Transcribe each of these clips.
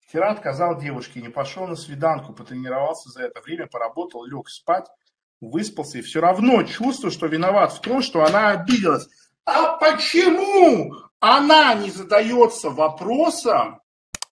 Вчера отказал девушке, не пошел на свиданку, потренировался за это время, поработал, лег спать, выспался и все равно чувствую, что виноват в том, что она обиделась. А почему она не задается вопросом,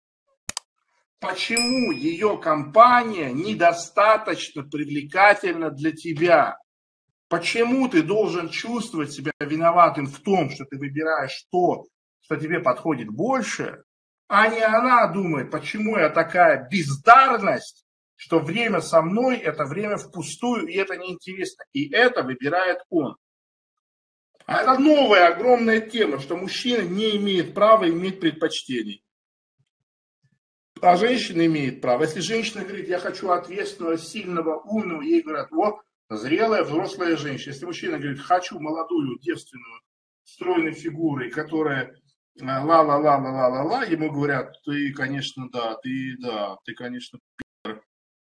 почему ее компания недостаточно привлекательна для тебя? Почему ты должен чувствовать себя виноватым в том, что ты выбираешь то, что тебе подходит больше, а не она думает, почему я такая бездарность, что время со мной – это время впустую, и это неинтересно. И это выбирает он. А это новая огромная тема, что мужчина не имеет права иметь предпочтений. А женщина имеет право. Если женщина говорит, я хочу ответственного, сильного, умного, ей говорят, вот, зрелая, взрослая женщина. Если мужчина говорит, хочу молодую, девственную, стройной фигурой, которая ла-ла-ла-ла-ла-ла-ла, ему говорят, ты, конечно, ты, конечно, пи***.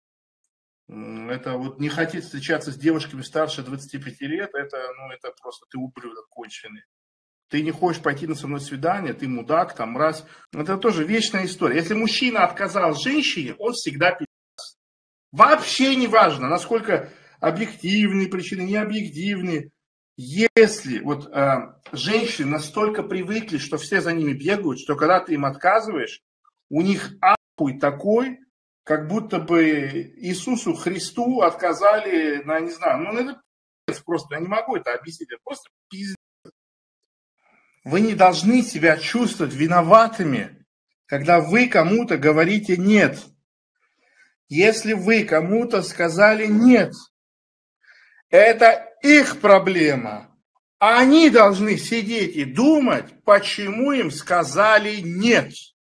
Это вот не хотеть встречаться с девушками старше 25 лет, это просто ты ублюдок конченый. Ты не хочешь пойти на со мной свидание, ты мудак, там, мразь. Это тоже вечная история. Если мужчина отказал женщине, он всегда пи***ц. Вообще не важно, насколько объективные причины, не объективные. Если вот женщины настолько привыкли, что все за ними бегают, что когда ты им отказываешь, у них ахуй такой, как будто бы Иисусу Христу отказали, не знаю, это пиздец просто, я не могу это объяснить, это просто пиздец. Вы не должны себя чувствовать виноватыми, когда вы кому-то говорите «нет». Если вы кому-то сказали «нет», это их проблема. Они должны сидеть и думать, почему им сказали «нет».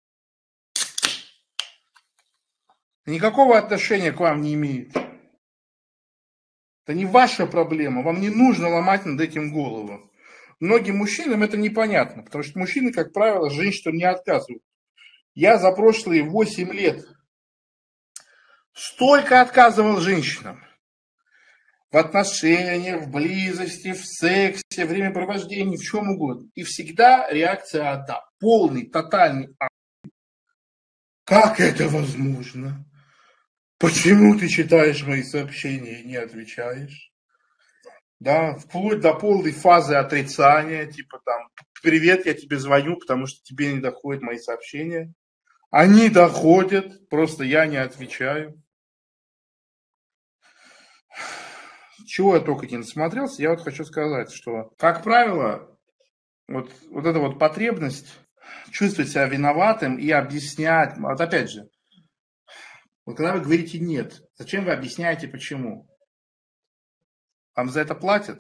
Никакого отношения к вам не имеет. Это не ваша проблема, вам не нужно ломать над этим голову. Многим мужчинам это непонятно, потому что мужчины, как правило, женщинам не отказывают. Я за прошлые 8 лет столько отказывал женщинам. В отношениях, в близости, в сексе, времяпровождении, в чем угодно. И всегда реакция одна. Полный, тотальный ахуй. Как это возможно? Почему ты читаешь мои сообщения и не отвечаешь? Да, вплоть до полной фазы отрицания, типа там, привет, я тебе звоню, потому что тебе не доходят мои сообщения. Они доходят, просто я не отвечаю. Чего я только не насмотрелся, я вот хочу сказать, что, как правило, вот эта вот потребность чувствовать себя виноватым и объяснять, вот опять же, вот когда вы говорите «нет», зачем вы объясняете почему? Вам за это платят?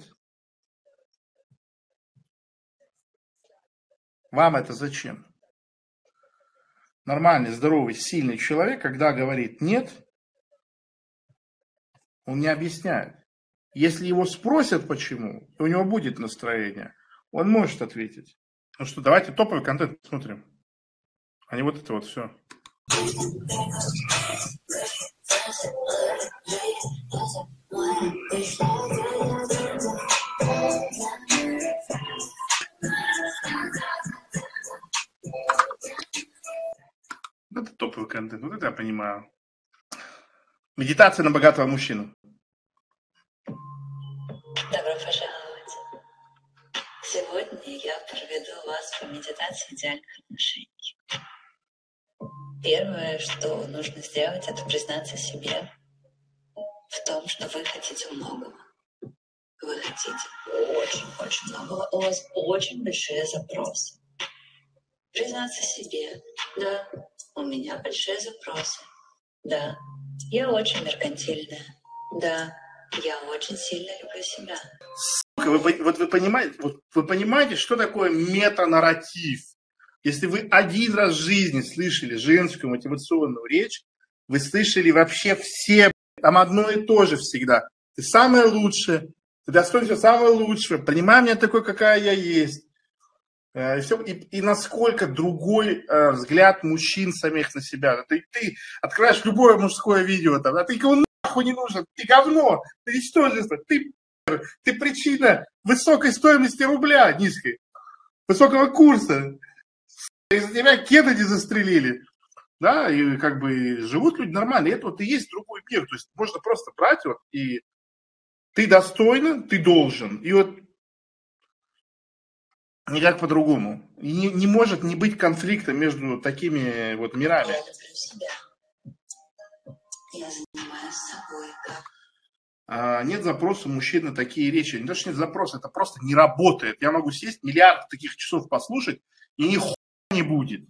Вам это зачем? Нормальный, здоровый, сильный человек, когда говорит «нет», он не объясняет. Если его спросят почему, и у него будет настроение, он может ответить. Ну что, давайте топовый контент смотрим. А не вот это вот все. Это топовый контент, вот это я понимаю. Медитация на богатого мужчину. Добро пожаловать. Сегодня я проведу вас по медитации идеальных отношений. Первое, что нужно сделать, это признаться себе в том, что вы хотите многого. Вы хотите очень-очень многого. У вас очень большие запросы. Признаться себе, да, у меня большие запросы. Да, я очень меркантильная. Да, я очень сильно люблю себя. Вы понимаете, что такое метанарратив? Если вы один раз в жизни слышали женскую мотивационную речь, вы слышали вообще все, там одно и то же всегда. Ты самая лучшая, ты достоин всего самого лучшего, принимай меня такой, какая я есть. И насколько другой взгляд мужчин самих на себя. Ты открываешь любое мужское видео, там, а ты никому нахуй не нужен, ты говно, ты ничтожество, ты причина высокой стоимости рубля низкой, высокого курса. Из-за тебя Кеннеди застрелили. да, и как бы живут люди нормально. И это вот и есть другой мир. То есть можно просто брать вот и ты достойна, ты должен. И вот никак по-другому. И не может не быть конфликта между такими вот мирами. Я люблю себя. Я занимаюсь собой как. Нет запроса у мужчин на такие речи. Не то, что нет запроса, это просто не работает. Я могу сесть, миллиард таких часов послушать, и ни хуя не будет.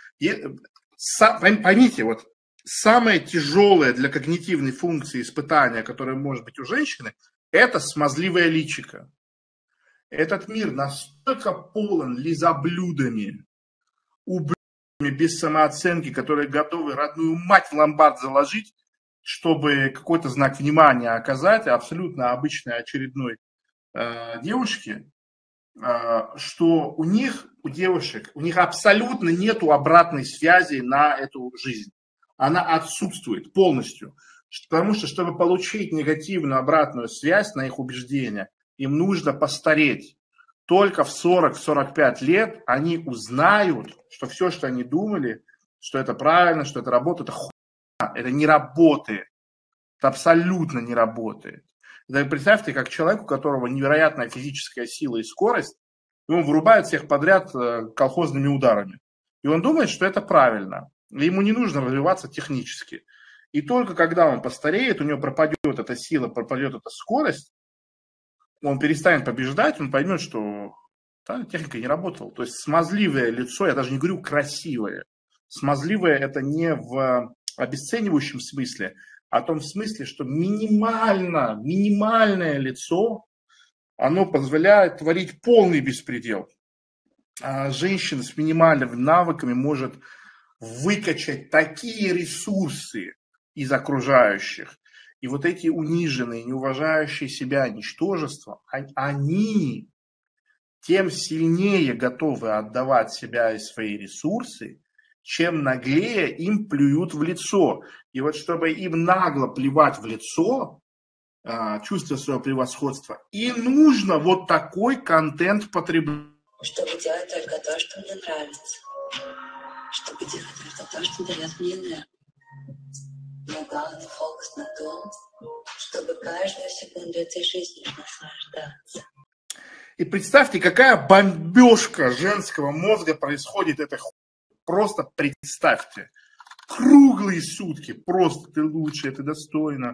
Поймите, вот самое тяжелое для когнитивной функции испытания, которое может быть у женщины, это смазливое личико. Этот мир настолько полон лизоблюдами, ублюдами без самооценки, которые готовы родную мать в ломбард заложить, чтобы какой-то знак внимания оказать абсолютно обычной очередной девушке, что у них, у девушек, у них абсолютно нету обратной связи на эту жизнь. Она отсутствует полностью. Потому что, чтобы получить негативную обратную связь на их убеждения, им нужно постареть. Только в 40-45 лет они узнают, что все, что они думали, что это правильно, что это работает, это хуйня, это не работает. Это абсолютно не работает. Да, представьте, как человек, у которого невероятная физическая сила и скорость, и он вырубает всех подряд колхозными ударами. И он думает, что это правильно. И ему не нужно развиваться технически. И только когда он постареет, у него пропадет эта сила, пропадет эта скорость, он перестанет побеждать, он поймет, что техника не работала. То есть смазливое лицо, я даже не говорю красивое. Смазливое это не в обесценивающем смысле, а в том смысле, что минимальное лицо, оно позволяет творить полный беспредел. А женщина с минимальными навыками может выкачать такие ресурсы из окружающих. И вот эти униженные, неуважающие себя ничтожества, они тем сильнее готовы отдавать себя и свои ресурсы, чем наглее им плюют в лицо. И вот чтобы им нагло плевать в лицо, чувство своего превосходства, и нужно вот такой контент потреблять. Чтобы делать только то, что мне нравится. Чтобы делать только то, что дает мне энергию. Но главный фокус на том, чтобы каждую секунду этой жизни наслаждаться. И представьте, какая бомбежка женского мозга происходит. Это просто представьте. Круглые сутки. Просто ты лучшая, ты достойна.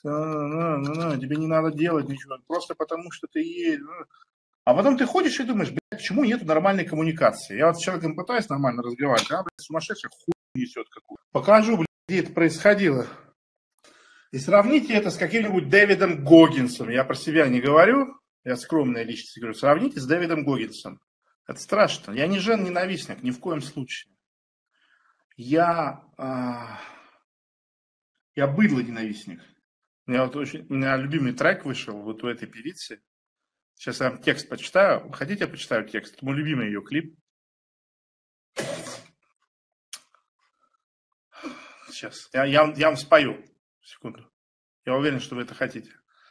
Тебе не надо делать ничего. Просто потому, что ты есть. А потом ты ходишь и думаешь, блядь, почему нет нормальной коммуникации? Я вот с человеком пытаюсь нормально разговаривать, блядь, сумасшедший хуй несет какую. Покажу, блядь, где это происходило. И сравните это с каким-нибудь Дэвидом Гоггинсом. Я про себя не говорю, я скромная личность говорю. Сравните с Дэвидом Гоггинсом. Это страшно. Я не жен-ненавистник, ни в коем случае. Я быдло-ненавистник. У меня любимый трек вышел вот у этой певицы. Сейчас я вам текст почитаю. Хотите, я почитаю текст? Это мой любимый ее клип. Сейчас. Я вам спою. Секунду. Я уверен, что вы это хотите.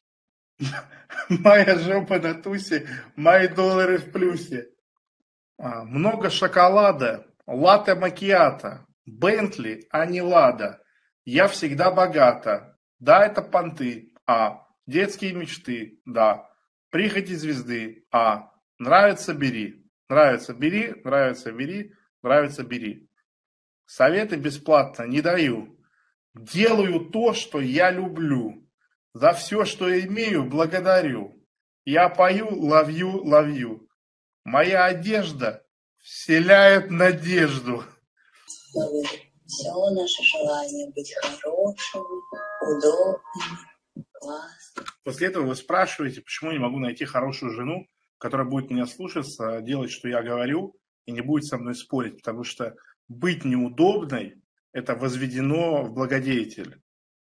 Моя жопа на тусе, мои доллары в плюсе. Много шоколада, латте макиато, Бентли, а не Лада. Я всегда богата. Да, это понты. Детские мечты. Да. Прихоти звезды. Нравится, бери. Нравится, бери. Нравится, бери. Нравится, бери. Советы бесплатно не даю. Делаю то, что я люблю. За все, что имею, благодарю. Я пою, ловью. Моя одежда вселяет надежду. Все наше желание быть хорошим, удобным, классным. После этого вы спрашиваете, почему я не могу найти хорошую жену, которая будет меня слушаться, делать, что я говорю, и не будет со мной спорить, потому что быть неудобной – это возведено в благодетель.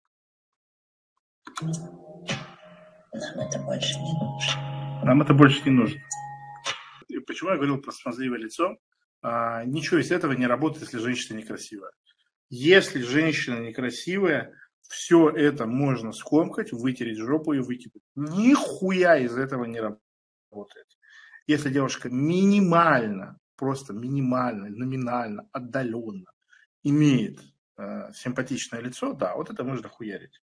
Нам это больше не нужно. Нам это больше не нужно. И почему я говорил про смазливое лицо? Ничего из этого не работает, если женщина некрасивая. Если женщина некрасивая, все это можно скомкать, вытереть жопу и выкинуть. Нихуя из этого не работает. Если девушка минимально, просто минимально, номинально, отдаленно имеет симпатичное лицо, да, вот это можно хуярить.